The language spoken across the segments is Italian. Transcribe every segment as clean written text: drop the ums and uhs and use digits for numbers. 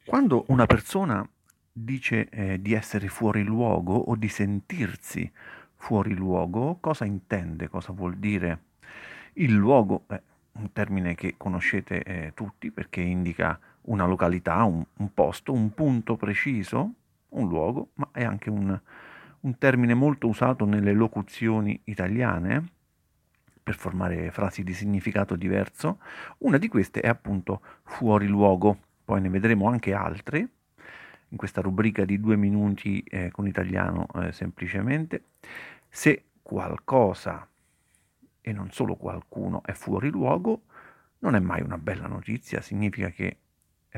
Quando una persona dice, di essere fuori luogo o di sentirsi fuori luogo, cosa intende? Cosa vuol dire? Il luogo è un termine che conoscete, tutti perché indica una località, un posto, un punto preciso, un luogo, ma è anche un termine molto usato nelle locuzioni italiane per formare frasi di significato diverso. Una di queste è appunto fuori luogo, poi ne vedremo anche altre in questa rubrica di 2 minuti con italiano semplicemente. Se qualcosa e non solo qualcuno è fuori luogo, non è mai una bella notizia, significa che è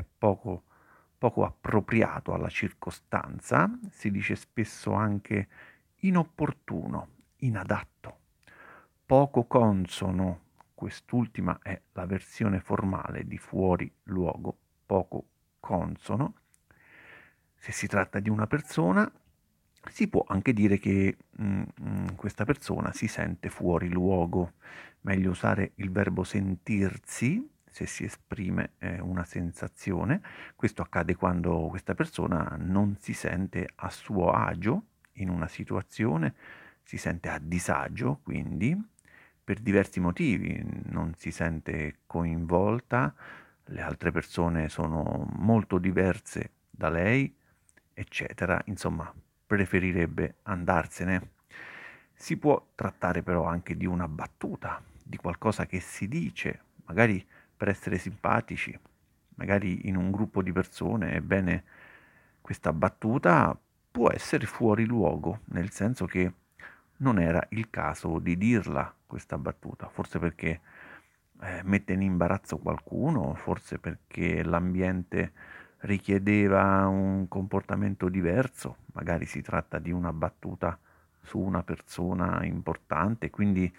poco appropriato alla circostanza, si dice spesso anche inopportuno, inadatto, poco consono. Quest'ultima è la versione formale di fuori luogo, poco consono. Se si tratta di una persona, si può anche dire che questa persona si sente fuori luogo. Meglio usare il verbo sentirsi se si esprime una sensazione. Questo accade quando questa persona non si sente a suo agio in una situazione, si sente a disagio, quindi per diversi motivi non si sente coinvolta, le altre persone sono molto diverse da lei, eccetera. Insomma, preferirebbe andarsene. Si può trattare però anche di una battuta, di qualcosa che si dice, magari per essere simpatici, magari in un gruppo di persone. Ebbene, questa battuta può essere fuori luogo, nel senso che non era il caso di dirla questa battuta, forse perché mette in imbarazzo qualcuno, forse perché l'ambiente richiedeva un comportamento diverso, magari si tratta di una battuta su una persona importante, quindi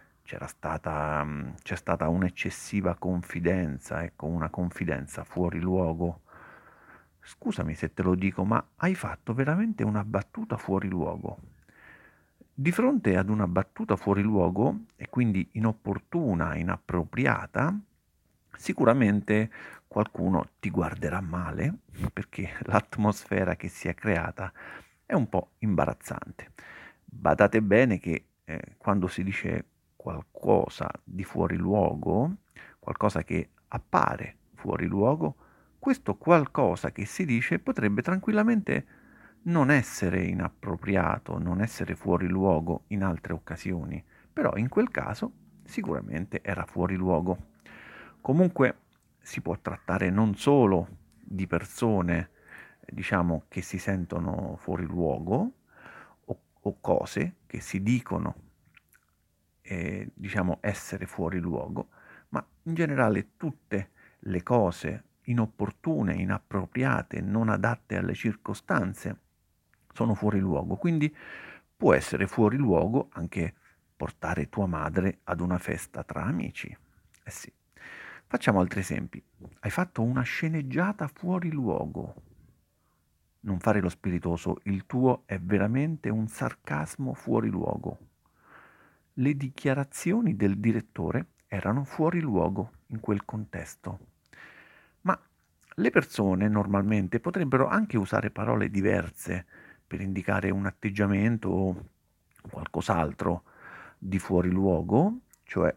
c'è stata un'eccessiva confidenza, ecco, una confidenza fuori luogo. Scusami se te lo dico, ma hai fatto veramente una battuta fuori luogo. Di fronte ad una battuta fuori luogo, e quindi inopportuna, inappropriata, sicuramente qualcuno ti guarderà male, perché l'atmosfera che si è creata è un po' imbarazzante. Badate bene che quando si dice qualcosa di fuori luogo, qualcosa che appare fuori luogo, questo qualcosa che si dice potrebbe tranquillamente non essere inappropriato, non essere fuori luogo in altre occasioni, però in quel caso sicuramente era fuori luogo. Comunque si può trattare non solo di persone, diciamo, che si sentono fuori luogo o cose che si dicono, diciamo, essere fuori luogo, ma in generale tutte le cose inopportune, inappropriate, non adatte alle circostanze sono fuori luogo. Quindi può essere fuori luogo anche portare tua madre ad una festa tra amici. Eh sì. Facciamo altri esempi. Hai fatto una sceneggiata fuori luogo. Non fare lo spiritoso, il tuo è veramente un sarcasmo fuori luogo. Le dichiarazioni del direttore erano fuori luogo in quel contesto. Ma le persone normalmente potrebbero anche usare parole diverse per indicare un atteggiamento o qualcos'altro di fuori luogo, cioè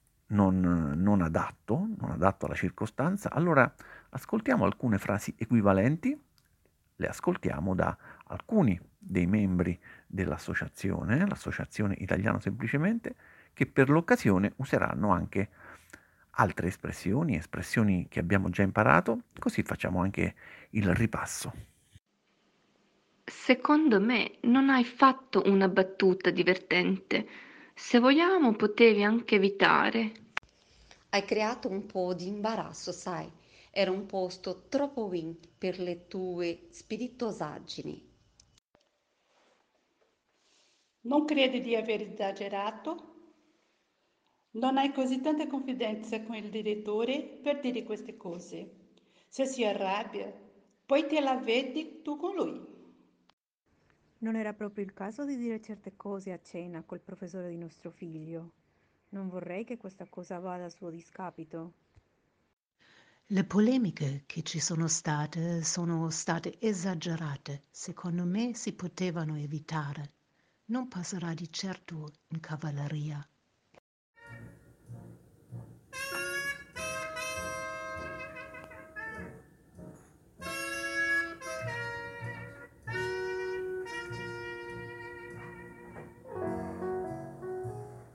non adatto alla circostanza. Allora ascoltiamo alcune frasi equivalenti, le ascoltiamo da alcuni dei membri dell'associazione, l'Associazione Italiano Semplicemente, che per l'occasione useranno anche altre espressioni, espressioni che abbiamo già imparato, così facciamo anche il ripasso. Secondo me non hai fatto una battuta divertente. Se vogliamo potevi anche evitare. Hai creato un po' di imbarazzo, sai? Era un posto troppo win per le tue spiritosaggini. Non credi di aver esagerato? Non hai così tanta confidenza con il direttore per dire queste cose. Se si arrabbia, poi te la vedi tu con lui. Non era proprio il caso di dire certe cose a cena col professore di nostro figlio. Non vorrei che questa cosa vada a suo discapito. Le polemiche che ci sono state esagerate. Secondo me si potevano evitare. Non passerà di certo in cavalleria.